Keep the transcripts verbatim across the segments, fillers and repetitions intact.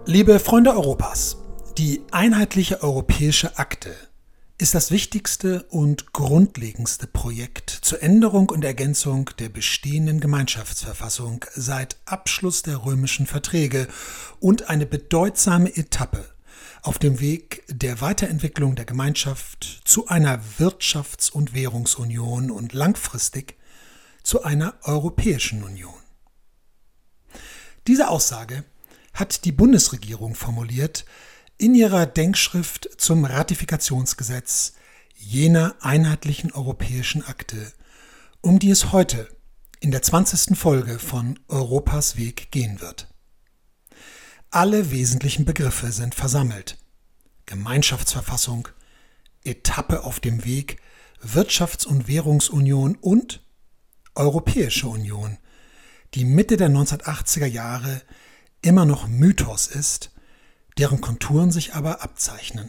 Liebe Freunde Europas, die Einheitliche Europäische Akte ist das wichtigste und grundlegendste Projekt zur Änderung und Ergänzung der bestehenden Gemeinschaftsverfassung seit Abschluss der römischen Verträge und eine bedeutsame Etappe auf dem Weg der Weiterentwicklung der Gemeinschaft zu einer Wirtschafts- und Währungsunion und langfristig zu einer Europäischen Union. Diese Aussage hat die Bundesregierung formuliert in ihrer Denkschrift zum Ratifikationsgesetz jener Einheitlichen Europäischen Akte, um die es heute in der zwanzigsten Folge von Europas Weg gehen wird. Alle wesentlichen Begriffe sind versammelt: Gemeinschaftsverfassung, Etappe auf dem Weg, Wirtschafts- und Währungsunion und Europäische Union, die Mitte der neunzehnhundertachtziger Jahre immer noch Mythos ist, deren Konturen sich aber abzeichnen.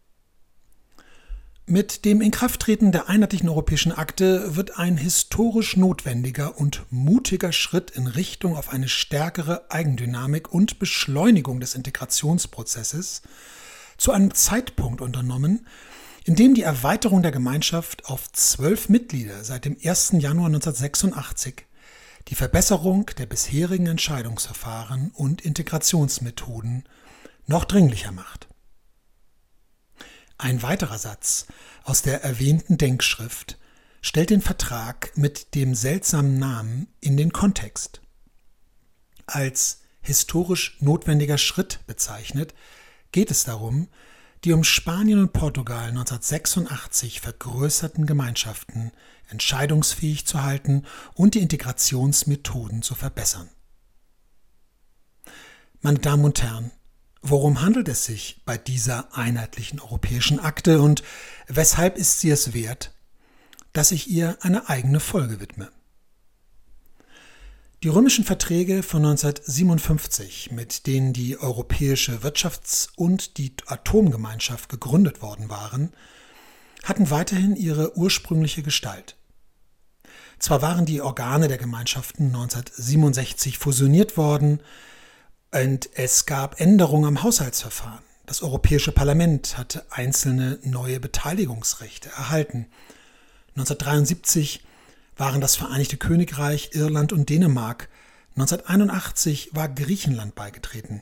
Mit dem Inkrafttreten der Einheitlichen Europäischen Akte wird ein historisch notwendiger und mutiger Schritt in Richtung auf eine stärkere Eigendynamik und Beschleunigung des Integrationsprozesses zu einem Zeitpunkt unternommen, in dem die Erweiterung der Gemeinschaft auf zwölf Mitglieder seit dem ersten Januar neunzehnhundertsechsundachtzig die Verbesserung der bisherigen Entscheidungsverfahren und Integrationsmethoden noch dringlicher macht. Ein weiterer Satz aus der erwähnten Denkschrift stellt den Vertrag mit dem seltsamen Namen in den Kontext. Als historisch notwendiger Schritt bezeichnet, geht es darum, die um Spanien und Portugal neunzehnhundertsechsundachtzig vergrößerten Gemeinschaften entscheidungsfähig zu halten und die Integrationsmethoden zu verbessern. Meine Damen und Herren, worum handelt es sich bei dieser Einheitlichen Europäischen Akte und weshalb ist sie es wert, dass ich ihr eine eigene Folge widme? Die römischen Verträge von neunzehnhundertsiebenundfünfzig, mit denen die Europäische Wirtschafts- und die Atomgemeinschaft gegründet worden waren, hatten weiterhin ihre ursprüngliche Gestalt. Zwar waren die Organe der Gemeinschaften neunzehnhundertsiebenundsechzig fusioniert worden und es gab Änderungen am Haushaltsverfahren. Das Europäische Parlament hatte einzelne neue Beteiligungsrechte erhalten. neunzehnhundertdreiundsiebzig waren das Vereinigte Königreich, Irland und Dänemark. neunzehnhunderteinundachtzig war Griechenland beigetreten.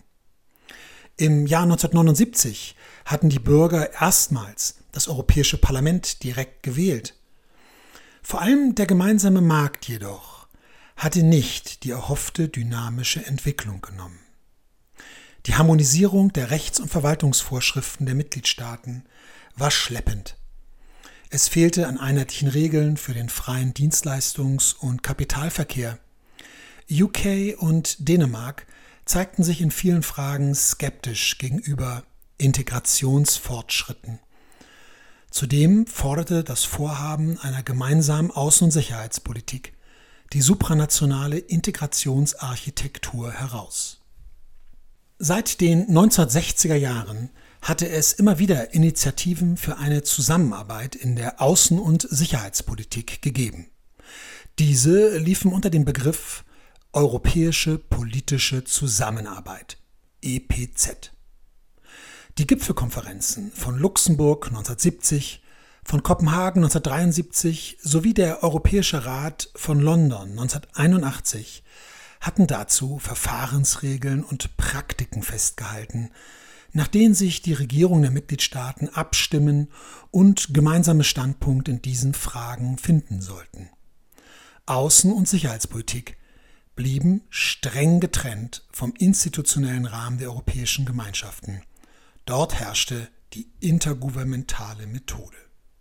Im Jahr neunzehnhundertneunundsiebzig hatten die Bürger erstmals das Europäische Parlament direkt gewählt. Vor allem der gemeinsame Markt jedoch hatte nicht die erhoffte dynamische Entwicklung genommen. Die Harmonisierung der Rechts- und Verwaltungsvorschriften der Mitgliedstaaten war schleppend. Es fehlte an einheitlichen Regeln für den freien Dienstleistungs- und Kapitalverkehr. U K und Dänemark zeigten sich in vielen Fragen skeptisch gegenüber Integrationsfortschritten. Zudem forderte das Vorhaben einer gemeinsamen Außen- und Sicherheitspolitik die supranationale Integrationsarchitektur heraus. Seit den neunzehnhundertsechziger Jahren hatte es immer wieder Initiativen für eine Zusammenarbeit in der Außen- und Sicherheitspolitik gegeben. Diese liefen unter dem Begriff Europäische Politische Zusammenarbeit, E P Z. Die Gipfelkonferenzen von Luxemburg neunzehnhundertsiebzig, von Kopenhagen neunzehnhundertdreiundsiebzig sowie der Europäische Rat von London neunzehnhunderteinundachtzig hatten dazu Verfahrensregeln und Praktiken festgehalten, nach denen sich die Regierungen der Mitgliedstaaten abstimmen und gemeinsame Standpunkte in diesen Fragen finden sollten. Außen- und Sicherheitspolitik blieben streng getrennt vom institutionellen Rahmen der europäischen Gemeinschaften. Dort herrschte die intergouvernementale Methode.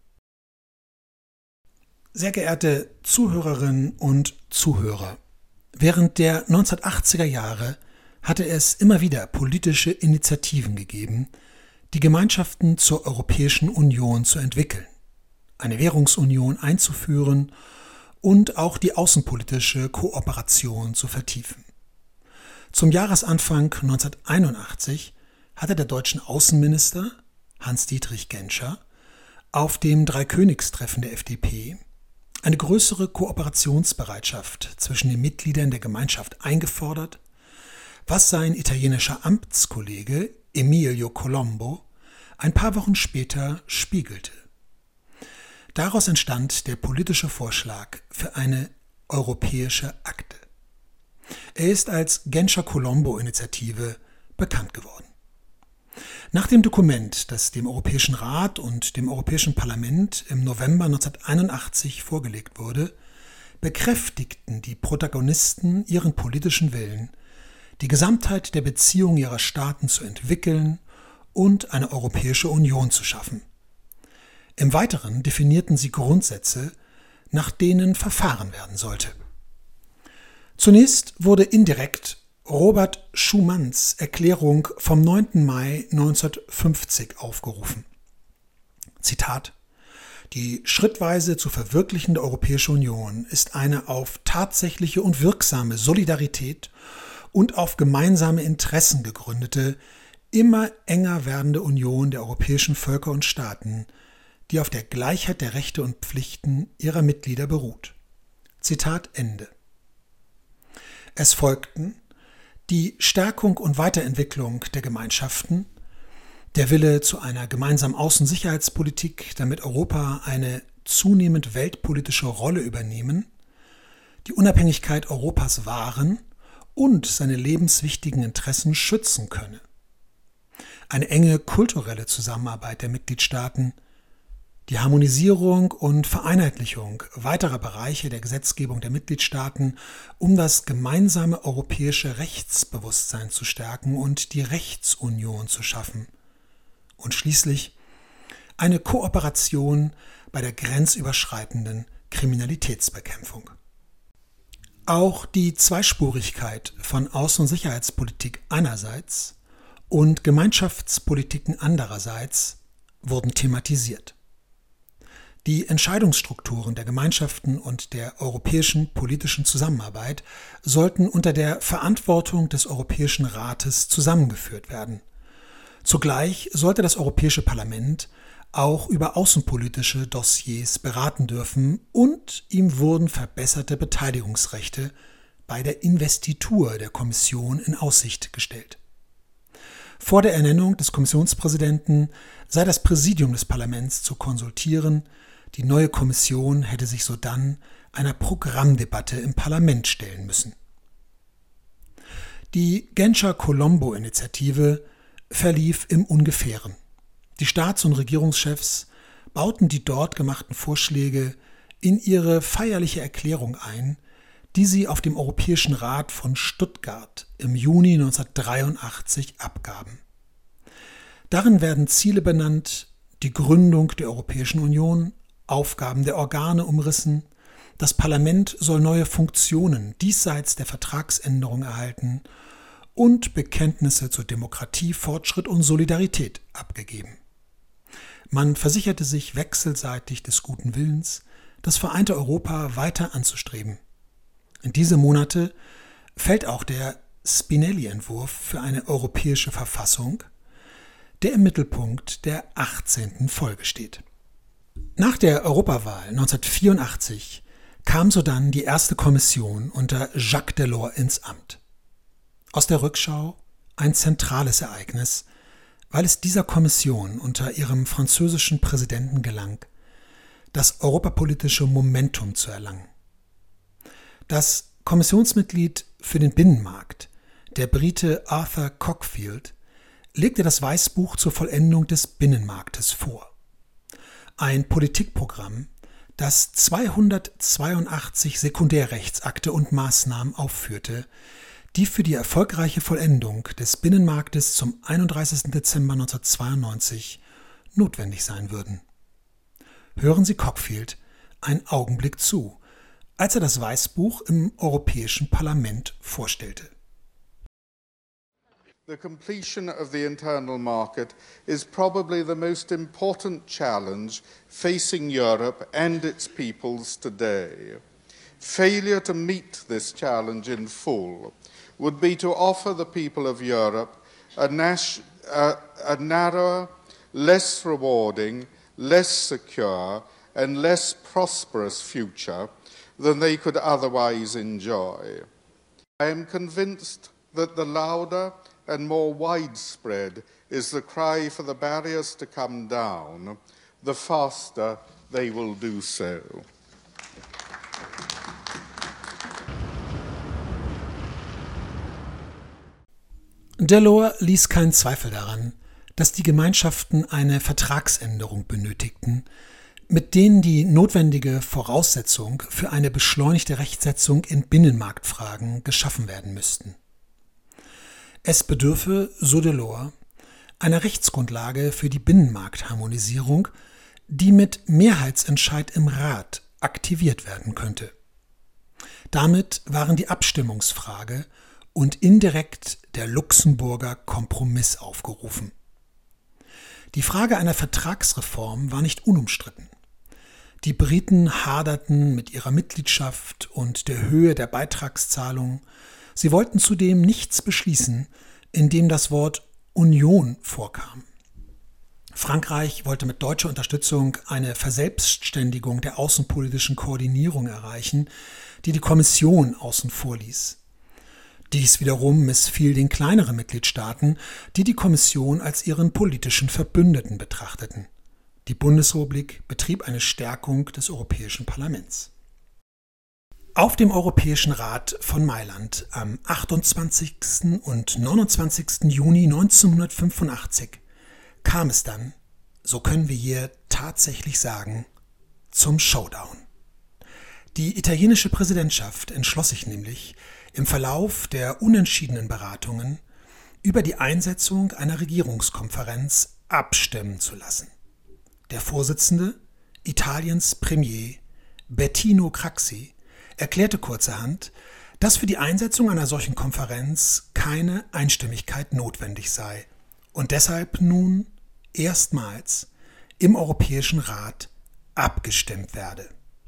Sehr geehrte Zuhörerinnen und Zuhörer, während der neunzehnhundertachtziger Jahre hatte es immer wieder politische Initiativen gegeben, die Gemeinschaften zur Europäischen Union zu entwickeln, eine Währungsunion einzuführen und auch die außenpolitische Kooperation zu vertiefen. Zum Jahresanfang neunzehnhunderteinundachtzig hatte der deutsche Außenminister Hans-Dietrich Genscher auf dem Dreikönigstreffen der F D P eine größere Kooperationsbereitschaft zwischen den Mitgliedern der Gemeinschaft eingefordert, was sein italienischer Amtskollege Emilio Colombo ein paar Wochen später spiegelte. Daraus entstand der politische Vorschlag für eine europäische Akte. Er ist als Genscher-Colombo-Initiative bekannt geworden. Nach dem Dokument, das dem Europäischen Rat und dem Europäischen Parlament im November neunzehnhunderteinundachtzig vorgelegt wurde, bekräftigten die Protagonisten ihren politischen Willen, die Gesamtheit der Beziehungen ihrer Staaten zu entwickeln und eine Europäische Union zu schaffen. Im Weiteren definierten sie Grundsätze, nach denen verfahren werden sollte. Zunächst wurde indirekt Robert Schumanns Erklärung vom neunten Mai neunzehnhundertfünfzig aufgerufen. Zitat: Die schrittweise zu verwirklichende Europäische Union ist eine auf tatsächliche und wirksame Solidarität und auf gemeinsame Interessen gegründete, immer enger werdende Union der europäischen Völker und Staaten, die auf der Gleichheit der Rechte und Pflichten ihrer Mitglieder beruht. Zitat Ende. Es folgten die Stärkung und Weiterentwicklung der Gemeinschaften, der Wille zu einer gemeinsamen Außen-Sicherheitspolitik, damit Europa eine zunehmend weltpolitische Rolle übernehmen, die Unabhängigkeit Europas wahren und seine lebenswichtigen Interessen schützen könne. Eine enge kulturelle Zusammenarbeit der Mitgliedstaaten, die Harmonisierung und Vereinheitlichung weiterer Bereiche der Gesetzgebung der Mitgliedstaaten, um das gemeinsame europäische Rechtsbewusstsein zu stärken und die Rechtsunion zu schaffen. Und schließlich eine Kooperation bei der grenzüberschreitenden Kriminalitätsbekämpfung. Auch die Zweispurigkeit von Außen- und Sicherheitspolitik einerseits und Gemeinschaftspolitiken andererseits wurden thematisiert. Die Entscheidungsstrukturen der Gemeinschaften und der europäischen politischen Zusammenarbeit sollten unter der Verantwortung des Europäischen Rates zusammengeführt werden. Zugleich sollte das Europäische Parlament auch über außenpolitische Dossiers beraten dürfen und ihm wurden verbesserte Beteiligungsrechte bei der Investitur der Kommission in Aussicht gestellt. Vor der Ernennung des Kommissionspräsidenten sei das Präsidium des Parlaments zu konsultieren. Die neue Kommission hätte sich sodann einer Programmdebatte im Parlament stellen müssen. Die Genscher-Colombo-Initiative verlief im Ungefähren. Die Staats- und Regierungschefs bauten die dort gemachten Vorschläge in ihre feierliche Erklärung ein, die sie auf dem Europäischen Rat von Stuttgart im Juni neunzehnhundertdreiundachtzig abgaben. Darin werden Ziele benannt, die Gründung der Europäischen Union, Aufgaben der Organe umrissen, das Parlament soll neue Funktionen diesseits der Vertragsänderung erhalten und Bekenntnisse zur Demokratie, Fortschritt und Solidarität abgegeben. Man versicherte sich wechselseitig des guten Willens, das vereinte Europa weiter anzustreben. In diese Monate fällt auch der Spinelli-Entwurf für eine europäische Verfassung, der im Mittelpunkt der achtzehnten Folge steht. Nach der Europawahl neunzehnhundertvierundachtzig kam sodann die erste Kommission unter Jacques Delors ins Amt. Aus der Rückschau ein zentrales Ereignis, weil es dieser Kommission unter ihrem französischen Präsidenten gelang, das europapolitische Momentum zu erlangen. Das Kommissionsmitglied für den Binnenmarkt, der Brite Arthur Cockfield, legte das Weißbuch zur Vollendung des Binnenmarktes vor. Ein Politikprogramm, das zweihundertzweiundachtzig Sekundärrechtsakte und Maßnahmen aufführte, die für die erfolgreiche Vollendung des Binnenmarktes zum einunddreißigsten Dezember neunzehnhundertzweiundneunzig notwendig sein würden. Hören Sie Cockfield einen Augenblick zu, als er das Weißbuch im Europäischen Parlament vorstellte. The completion of the internal market is probably the most important challenge facing Europe and its peoples today. Failure to meet this challenge in full would be to offer the people of Europe a, nas- a, a narrower, less rewarding, less secure, and less prosperous future than they could otherwise enjoy. I am convinced that the louder and more widespread is the cry for the barriers to come down, the faster they will do so. Delors ließ keinen Zweifel daran, dass die Gemeinschaften eine Vertragsänderung benötigten, mit denen die notwendige Voraussetzung für eine beschleunigte Rechtsetzung in Binnenmarktfragen geschaffen werden müssten. Es bedürfe, so Delors, einer Rechtsgrundlage für die Binnenmarktharmonisierung, die mit Mehrheitsentscheid im Rat aktiviert werden könnte. Damit waren die Abstimmungsfrage und indirekt der Luxemburger Kompromiss aufgerufen. Die Frage einer Vertragsreform war nicht unumstritten. Die Briten haderten mit ihrer Mitgliedschaft und der Höhe der Beitragszahlungen. Sie wollten zudem nichts beschließen, in dem das Wort Union vorkam. Frankreich wollte mit deutscher Unterstützung eine Verselbstständigung der außenpolitischen Koordinierung erreichen, die die Kommission außen vor ließ. Dies wiederum missfiel den kleineren Mitgliedstaaten, die die Kommission als ihren politischen Verbündeten betrachteten. Die Bundesrepublik betrieb eine Stärkung des Europäischen Parlaments. Auf dem Europäischen Rat von Mailand am achtundzwanzigsten und neunundzwanzigsten Juni neunzehnhundertfünfundachtzig kam es dann, so können wir hier tatsächlich sagen, zum Showdown. Die italienische Präsidentschaft entschloss sich nämlich, im Verlauf der unentschiedenen Beratungen über die Einsetzung einer Regierungskonferenz abstimmen zu lassen. Der Vorsitzende, Italiens Premier Bettino Craxi, erklärte kurzerhand, dass für die Einsetzung einer solchen Konferenz keine Einstimmigkeit notwendig sei und deshalb nun erstmals im Europäischen Rat abgestimmt werde.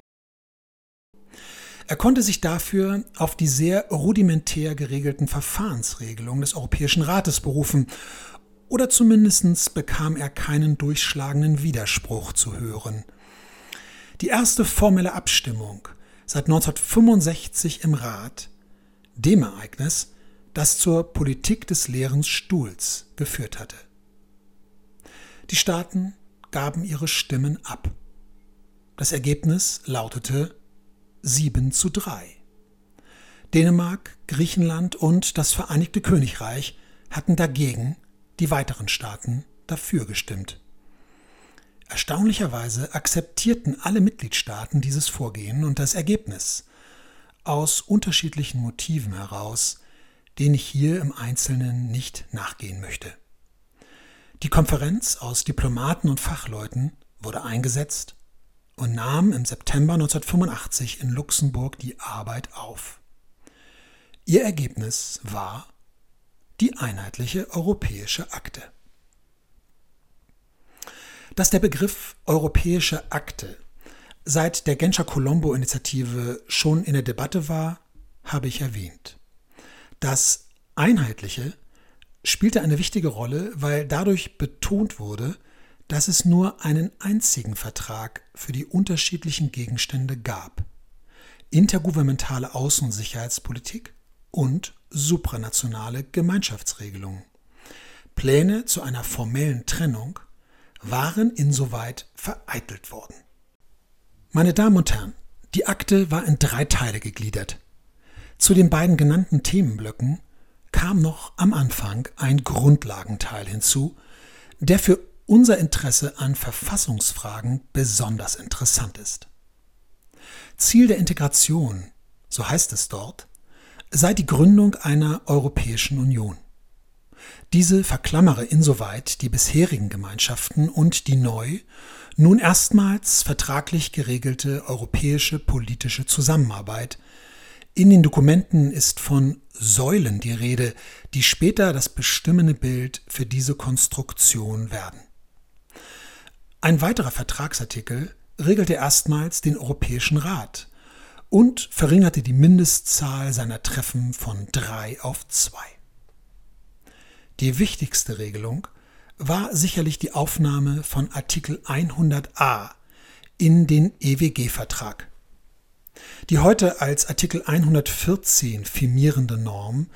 Er konnte sich dafür auf die sehr rudimentär geregelten Verfahrensregelungen des Europäischen Rates berufen, oder zumindest bekam er keinen durchschlagenden Widerspruch zu hören. Die erste formelle Abstimmung seit neunzehnhundertfünfundsechzig im Rat, dem Ereignis, das zur Politik des leeren Stuhls geführt hatte. Die Staaten gaben ihre Stimmen ab. Das Ergebnis lautete sieben zu drei. Dänemark, Griechenland und das Vereinigte Königreich hatten dagegen, die weiteren Staaten dafür gestimmt. Erstaunlicherweise akzeptierten alle Mitgliedstaaten dieses Vorgehen und das Ergebnis, aus unterschiedlichen Motiven heraus, denen ich hier im Einzelnen nicht nachgehen möchte. Die Konferenz aus Diplomaten und Fachleuten wurde eingesetzt und nahm im September neunzehnhundertfünfundachtzig in Luxemburg die Arbeit auf. Ihr Ergebnis war die einheitliche europäische Akte. Dass der Begriff europäische Akte seit der Genscher Colombo-Initiative schon in der Debatte war, habe ich erwähnt. Das Einheitliche spielte eine wichtige Rolle, weil dadurch betont wurde, dass es nur einen einzigen Vertrag für die unterschiedlichen Gegenstände gab: intergouvernementale Außen- und Sicherheitspolitik und supranationale Gemeinschaftsregelungen. Pläne zu einer formellen Trennung waren insoweit vereitelt worden. Meine Damen und Herren, die Akte war in drei Teile gegliedert. Zu den beiden genannten Themenblöcken kam noch am Anfang ein Grundlagenteil hinzu, der für unser Interesse an Verfassungsfragen besonders interessant ist. Ziel der Integration, so heißt es dort, sei die Gründung einer Europäischen Union. Diese verklammere insoweit die bisherigen Gemeinschaften und die neu, nun erstmals vertraglich geregelte europäische politische Zusammenarbeit. In den Dokumenten ist von Säulen die Rede, die später das bestimmende Bild für diese Konstruktion werden. Ein weiterer Vertragsartikel regelte erstmals den Europäischen Rat und verringerte die Mindestzahl seiner Treffen von drei auf zwei. Die wichtigste Regelung war sicherlich die Aufnahme von Artikel hundert a in den E W G-Vertrag. Die heute als Artikel hundertvierzehn firmierende Norm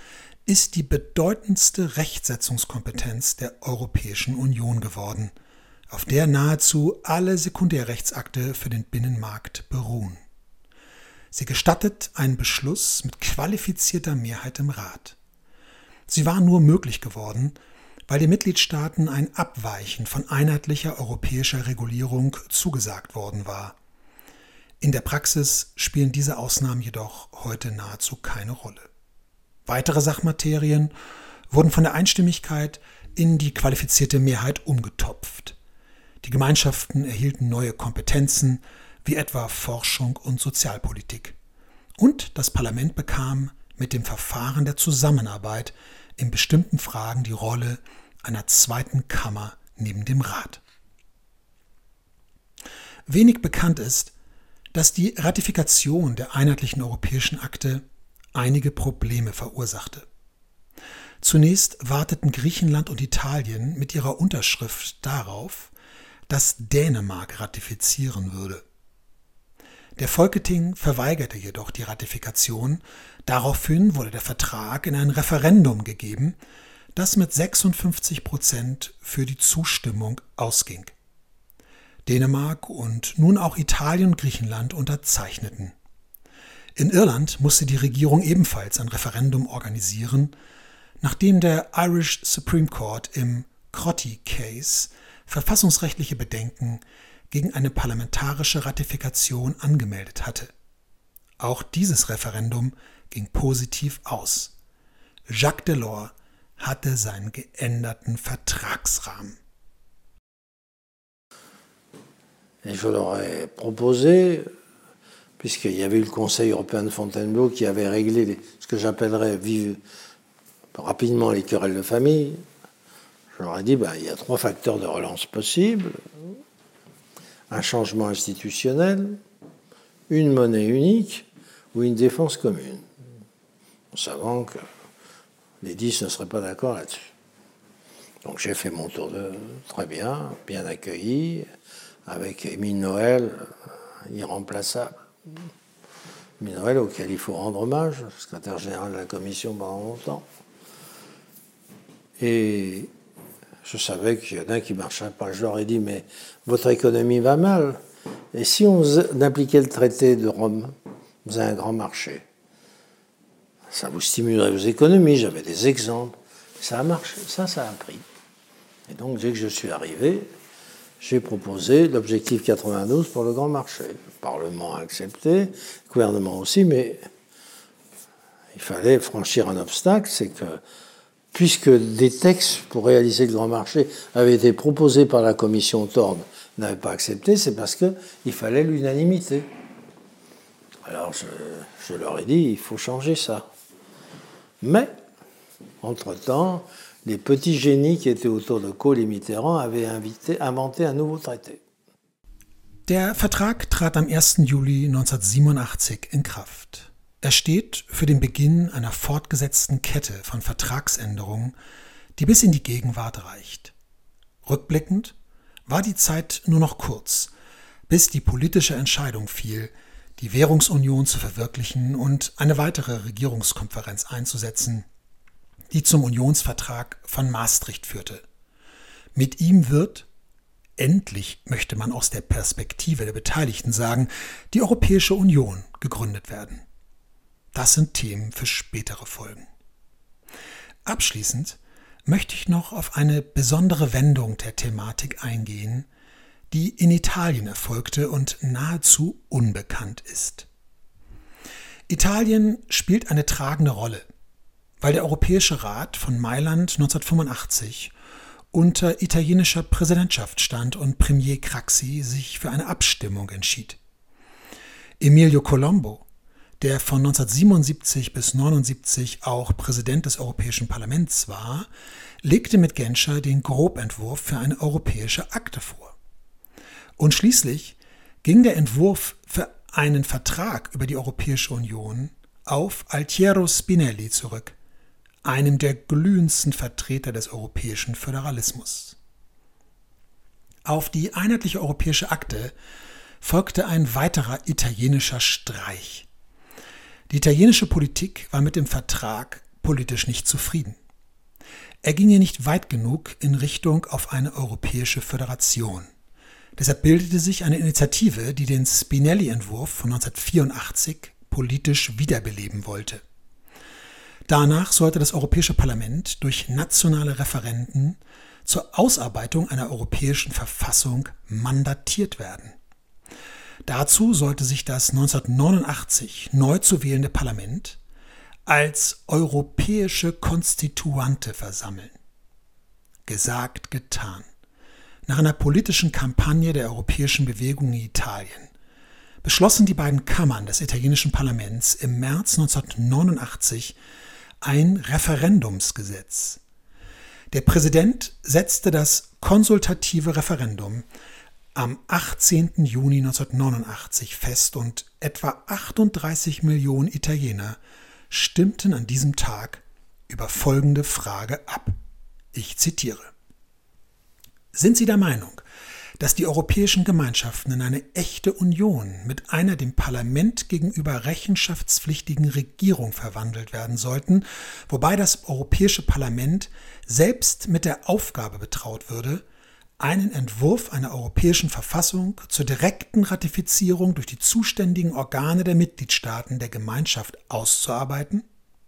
ist die bedeutendste Rechtsetzungskompetenz der Europäischen Union geworden, auf der nahezu alle Sekundärrechtsakte für den Binnenmarkt beruhen. Sie gestattet einen Beschluss mit qualifizierter Mehrheit im Rat. Sie war nur möglich geworden, weil den Mitgliedstaaten ein Abweichen von einheitlicher europäischer Regulierung zugesagt worden war. In der Praxis spielen diese Ausnahmen jedoch heute nahezu keine Rolle. Weitere Sachmaterien wurden von der Einstimmigkeit in die qualifizierte Mehrheit umgetopft. Die Gemeinschaften erhielten neue Kompetenzen, wie etwa Forschung und Sozialpolitik. Und das Parlament bekam mit dem Verfahren der Zusammenarbeit in bestimmten Fragen die Rolle einer zweiten Kammer neben dem Rat. Wenig bekannt ist, dass die Ratifikation der einheitlichen europäischen Akte einige Probleme verursachte. Zunächst warteten Griechenland und Italien mit ihrer Unterschrift darauf, dass Dänemark ratifizieren würde. Der Folketing verweigerte jedoch die Ratifikation, daraufhin wurde der Vertrag in ein Referendum gegeben, das mit sechsundfünfzig Prozent für die Zustimmung ausging. Dänemark und nun auch Italien und Griechenland unterzeichneten. In Irland musste die Regierung ebenfalls ein Referendum organisieren, nachdem der Irish Supreme Court im Crotty Case verfassungsrechtliche Bedenken gegen eine parlamentarische Ratifikation angemeldet hatte. Auch dieses Referendum ging positiv aus. Jacques Delors hatte seinen geänderten Vertragsrahmen. Et je leur ai proposé, puisqu'il y avait eu le Conseil européen de Fontainebleau qui avait réglé les, ce que j'appellerais vive, rapidement les querelles de famille, je leur ai dit, ben, il y a trois facteurs de relance possibles. Un changement institutionnel, une monnaie unique ou une défense commune, en savant que les dix ne seraient pas d'accord là-dessus. Donc j'ai fait mon tour de très bien, bien accueilli, avec Émile Noël, irremplaçable. Émile Noël, auquel il faut rendre hommage, secrétaire général de la Commission pendant longtemps. Et je savais qu'il y en a qui ne marchaient pas. Je leur ai dit, mais votre économie va mal. Et si on appliquait le traité de Rome, vous avez un grand marché. Ça vous stimulerait vos économies. J'avais des exemples. Ça a marché. Ça, ça a pris. Et donc, dès que je suis arrivé, j'ai proposé l'objectif quatre-vingt-douze pour le grand marché. Le Parlement a accepté, le gouvernement aussi, mais il fallait franchir un obstacle, c'est que puisque des textes pour réaliser le grand marché avaient été proposés par la commission Thorne, n'avaient pas accepté, c'est parce qu'il fallait l'unanimité. Alors je, je leur ai dit, il faut changer ça. Mais, entre-temps, les petits génies qui étaient autour de Kohl et Mitterrand avaient invité, inventé un nouveau traité. Der Vertrag trat am ersten Juli neunzehnhundertsiebenundachtzig in Kraft. Er steht für den Beginn einer fortgesetzten Kette von Vertragsänderungen, die bis in die Gegenwart reicht. Rückblickend war die Zeit nur noch kurz, bis die politische Entscheidung fiel, die Währungsunion zu verwirklichen und eine weitere Regierungskonferenz einzusetzen, die zum Unionsvertrag von Maastricht führte. Mit ihm wird, endlich möchte man aus der Perspektive der Beteiligten sagen, die Europäische Union gegründet werden. Das sind Themen für spätere Folgen. Abschließend möchte ich noch auf eine besondere Wendung der Thematik eingehen, die in Italien erfolgte und nahezu unbekannt ist. Italien spielt eine tragende Rolle, weil der Europäische Rat von Mailand neunzehnhundertfünfundachtzig unter italienischer Präsidentschaft stand und Premier Craxi sich für eine Abstimmung entschied. Emilio Colombo, der von neunzehnhundertsiebenundsiebzig bis neunundsiebzig auch Präsident des Europäischen Parlaments war, legte mit Genscher den Grobentwurf für eine europäische Akte vor. Und schließlich ging der Entwurf für einen Vertrag über die Europäische Union auf Altiero Spinelli zurück, einem der glühendsten Vertreter des europäischen Föderalismus. Auf die einheitliche europäische Akte folgte ein weiterer italienischer Streich. Die italienische Politik war mit dem Vertrag politisch nicht zufrieden. Er ginge nicht weit genug in Richtung auf eine europäische Föderation. Deshalb bildete sich eine Initiative, die den Spinelli-Entwurf von neunzehnhundertvierundachtzig politisch wiederbeleben wollte. Danach sollte das Europäische Parlament durch nationale Referenden zur Ausarbeitung einer europäischen Verfassung mandatiert werden. Dazu sollte sich das neunzehnhundertneunundachtzig neu zu wählende Parlament als europäische Konstituante versammeln. Gesagt, getan. Nach einer politischen Kampagne der europäischen Bewegung in Italien beschlossen die beiden Kammern des italienischen Parlaments im März neunzehnhundertneunundachtzig ein Referendumsgesetz. Der Präsident setzte das konsultative Referendum am achtzehnten Juni neunzehnhundertneunundachtzig fest und etwa achtunddreißig Millionen Italiener stimmten an diesem Tag über folgende Frage ab. Ich zitiere: Sind Sie der Meinung, dass die europäischen Gemeinschaften in eine echte Union mit einer dem Parlament gegenüber rechenschaftspflichtigen Regierung verwandelt werden sollten, wobei das Europäische Parlament selbst mit der Aufgabe betraut würde, einen Entwurf einer europäischen Verfassung zur direkten Ratifizierung durch die zuständigen Organe der Mitgliedstaaten der Gemeinschaft auszuarbeiten?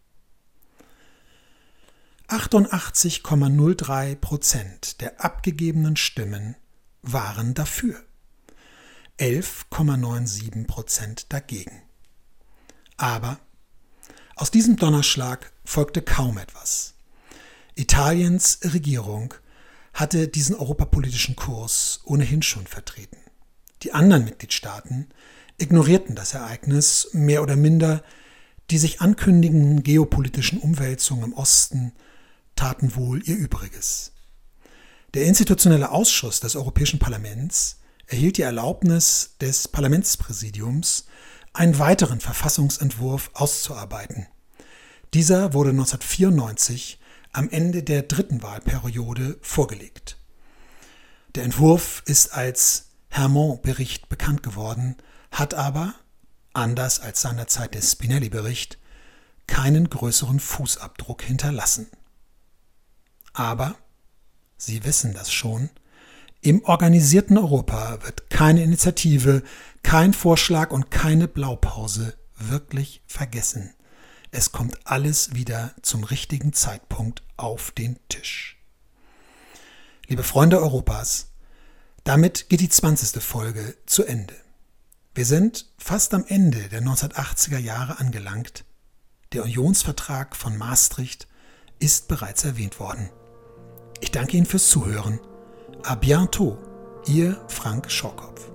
achtundachtzig Komma null drei Prozent der abgegebenen Stimmen waren dafür, elf Komma siebenundneunzig Prozent dagegen. Aber aus diesem Donnerschlag folgte kaum etwas. Italiens Regierung hatte diesen europapolitischen Kurs ohnehin schon vertreten. Die anderen Mitgliedstaaten ignorierten das Ereignis mehr oder minder. Die sich ankündigenden geopolitischen Umwälzungen im Osten taten wohl ihr Übriges. Der institutionelle Ausschuss des Europäischen Parlaments erhielt die Erlaubnis des Parlamentspräsidiums, einen weiteren Verfassungsentwurf auszuarbeiten. Dieser wurde neunzehnhundertvierundneunzig am Ende der dritten Wahlperiode vorgelegt. Der Entwurf ist als Herman-Bericht bekannt geworden, hat aber, anders als seinerzeit der Spinelli-Bericht, keinen größeren Fußabdruck hinterlassen. Aber, Sie wissen das schon, im organisierten Europa wird keine Initiative, kein Vorschlag und keine Blaupause wirklich vergessen. Es kommt alles wieder zum richtigen Zeitpunkt auf den Tisch. Liebe Freunde Europas, damit geht die zwanzigste Folge zu Ende. Wir sind fast am Ende der neunzehnhundertachtziger Jahre angelangt. Der Unionsvertrag von Maastricht ist bereits erwähnt worden. Ich danke Ihnen fürs Zuhören. À bientôt, Ihr Frank Schorkopf.